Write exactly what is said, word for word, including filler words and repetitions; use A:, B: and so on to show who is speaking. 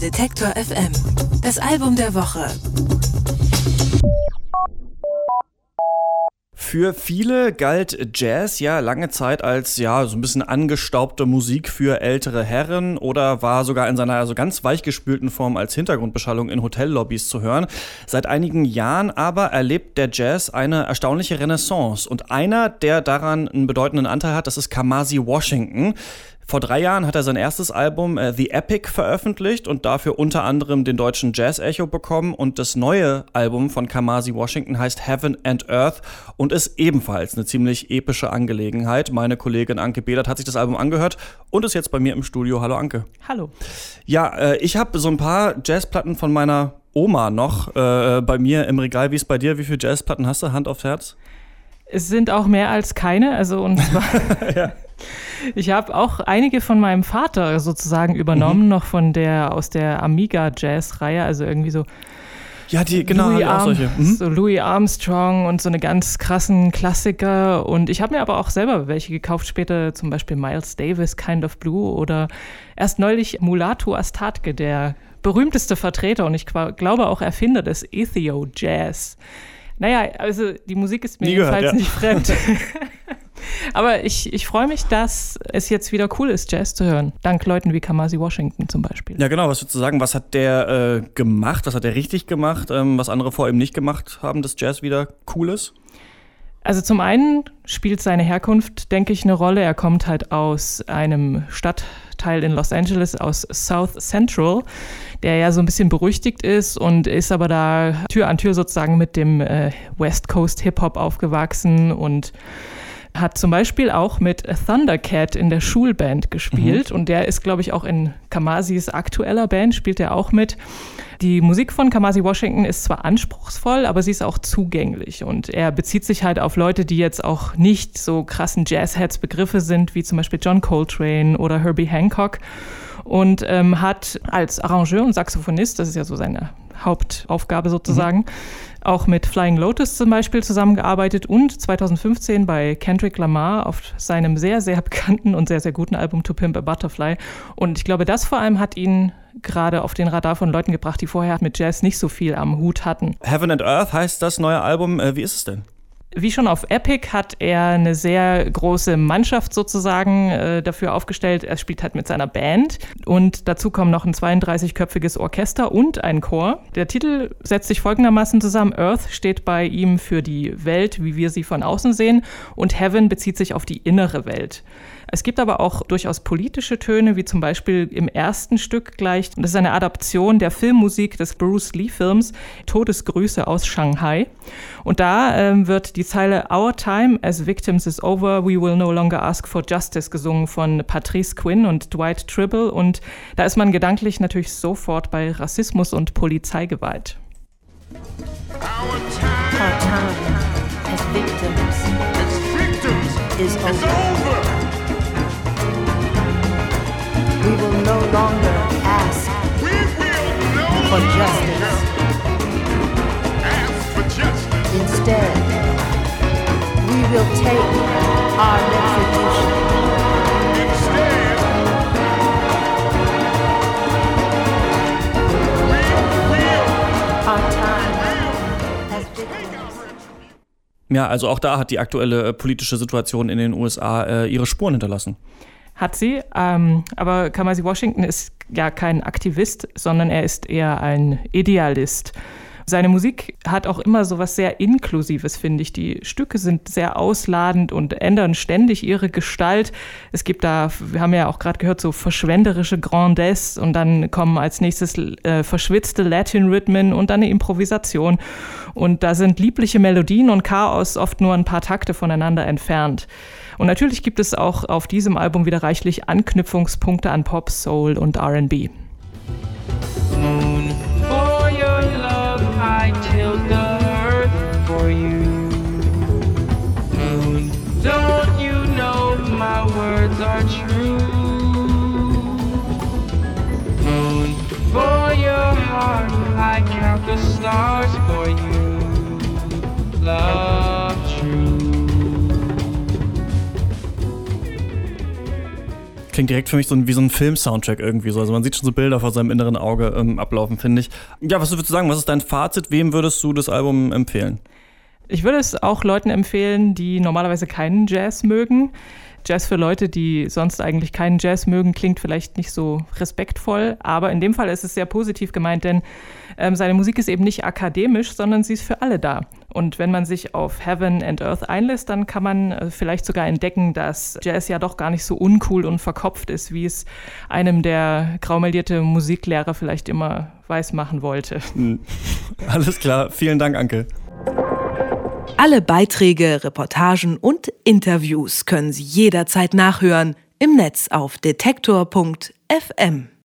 A: Detektor F M. Das Album der Woche.
B: Für viele galt Jazz ja lange Zeit als ja so ein bisschen angestaubte Musik für ältere Herren oder war sogar in seiner also ganz weichgespülten Form als Hintergrundbeschallung in Hotellobbys zu hören. Seit einigen Jahren aber erlebt der Jazz eine erstaunliche Renaissance und einer, der daran einen bedeutenden Anteil hat, das ist Kamasi Washington. Vor drei Jahren hat er sein erstes Album äh, The Epic veröffentlicht und dafür unter anderem den deutschen Jazz-Echo bekommen. Und das neue Album von Kamasi Washington heißt Heaven and Earth und ist ebenfalls eine ziemlich epische Angelegenheit. Meine Kollegin Anke Behlert hat sich das Album angehört und ist jetzt bei mir im Studio. Hallo Anke.
C: Hallo.
B: Ja, äh, ich habe so ein paar Jazzplatten von meiner Oma noch äh, bei mir im Regal. Wie ist bei dir? Wie viele Jazzplatten hast du? Hand aufs Herz?
C: Es sind auch mehr als keine. Also und zwar
B: ja.
C: Ich habe auch einige von meinem Vater sozusagen übernommen, mhm. noch von der aus der Amiga-Jazz-Reihe, also irgendwie so
B: ja, die, genau,
C: Louis,
B: auch
C: Arm,
B: solche. Mhm.
C: so Louis Armstrong und so eine ganz krassen Klassiker. Und ich habe mir aber auch selber welche gekauft, später zum Beispiel Miles Davis, Kind of Blue oder erst neulich Mulatu Astatke, der berühmteste Vertreter und ich glaube auch Erfinder des Ethio-Jazz. Naja, also die Musik ist mir jedenfalls ja. nicht fremd. Aber ich, ich freue mich, dass es jetzt wieder cool ist, Jazz zu hören. Dank Leuten wie Kamasi Washington zum Beispiel.
B: Ja genau, was würdest du sagen, was hat der äh, gemacht, was hat der richtig gemacht, ähm, was andere vor ihm nicht gemacht haben, dass Jazz wieder cool ist?
C: Also zum einen spielt seine Herkunft, denke ich, eine Rolle. Er kommt halt aus einem Stadtteil in Los Angeles, aus South Central, der ja so ein bisschen berüchtigt ist und ist aber da Tür an Tür sozusagen mit dem äh, West Coast Hip-Hop aufgewachsen und hat zum Beispiel auch mit Thundercat in der Schulband gespielt. Mhm. Und der ist, glaube ich, auch in Kamasis aktueller Band, spielt er auch mit. Die Musik von Kamasi Washington ist zwar anspruchsvoll, aber sie ist auch zugänglich. Und er bezieht sich halt auf Leute, die jetzt auch nicht so krassen Jazzheads-Begriffe sind, wie zum Beispiel John Coltrane oder Herbie Hancock. Und ähm, hat als Arrangeur und Saxophonist, das ist ja so seine Hauptaufgabe sozusagen, mhm. auch mit Flying Lotus zum Beispiel zusammengearbeitet und zwanzig fünfzehn bei Kendrick Lamar auf seinem sehr, sehr bekannten und sehr, sehr guten Album To Pimp a Butterfly. Und ich glaube, das vor allem hat ihn gerade auf den Radar von Leuten gebracht, die vorher mit Jazz nicht so viel am Hut hatten.
B: Heaven and Earth heißt das neue Album. Wie ist es denn?
C: Wie schon auf Epic hat er eine sehr große Mannschaft sozusagen äh, dafür aufgestellt. Er spielt halt mit seiner Band und dazu kommen noch ein zweiunddreißigköpfiges Orchester und ein Chor. Der Titel setzt sich folgendermaßen zusammen. Earth steht bei ihm für die Welt, wie wir sie von außen sehen, und Heaven bezieht sich auf die innere Welt. Es gibt aber auch durchaus politische Töne, wie zum Beispiel im ersten Stück gleich. Das ist eine Adaption der Filmmusik des Bruce Lee-Films Todesgrüße aus Shanghai. Und da ähm, wird die Zeile Our time as victims is over, we will no longer ask for justice gesungen von Patrice Quinn und Dwight Tribble. Und da ist man gedanklich natürlich sofort bei Rassismus und Polizeigewalt.
D: Our time as victims, as victims is over. over. We will no longer ask we will no for justice. Ask for justice. Instead, we will take our retribution. Instead, we will our time as victims.
B: Ja, also auch da hat die aktuelle äh, politische Situation in den U S A äh, ihre Spuren hinterlassen.
C: Hat sie, ähm, aber Kamasi Washington ist ja kein Aktivist, sondern er ist eher ein Idealist. Seine Musik hat auch immer so was sehr Inklusives, finde ich. Die Stücke sind sehr ausladend und ändern ständig ihre Gestalt. Es gibt da, wir haben ja auch gerade gehört, so verschwenderische Grandesse und dann kommen als nächstes äh, verschwitzte Latin-Rhythmen und dann eine Improvisation. Und da sind liebliche Melodien und Chaos oft nur ein paar Takte voneinander entfernt. Und natürlich gibt es auch auf diesem Album wieder reichlich Anknüpfungspunkte an Pop, Soul und R and B.
E: Moon, for your love, I tilt the earth for you. Moon, don't you know my words are true? Moon, for your heart, I count the stars for you. Love true.
B: klingt direkt für mich so ein, wie so ein Film-Soundtrack irgendwie so. Also man sieht schon so Bilder vor seinem inneren Auge ähm, ablaufen, finde ich. Ja, was würdest du sagen? Was ist dein Fazit? Wem würdest du das Album empfehlen?
C: Ich würde es auch Leuten empfehlen, die normalerweise keinen Jazz mögen. Jazz für Leute, die sonst eigentlich keinen Jazz mögen, klingt vielleicht nicht so respektvoll, aber in dem Fall ist es sehr positiv gemeint, denn ähm, seine Musik ist eben nicht akademisch, sondern sie ist für alle da. Und wenn man sich auf Heaven and Earth einlässt, dann kann man äh, vielleicht sogar entdecken, dass Jazz ja doch gar nicht so uncool und verkopft ist, wie es einem der graumelierte Musiklehrer vielleicht immer weismachen wollte.
B: Alles klar, vielen Dank, Anke.
F: Alle Beiträge, Reportagen und Interviews können Sie jederzeit nachhören im Netz auf detektor punkt f m.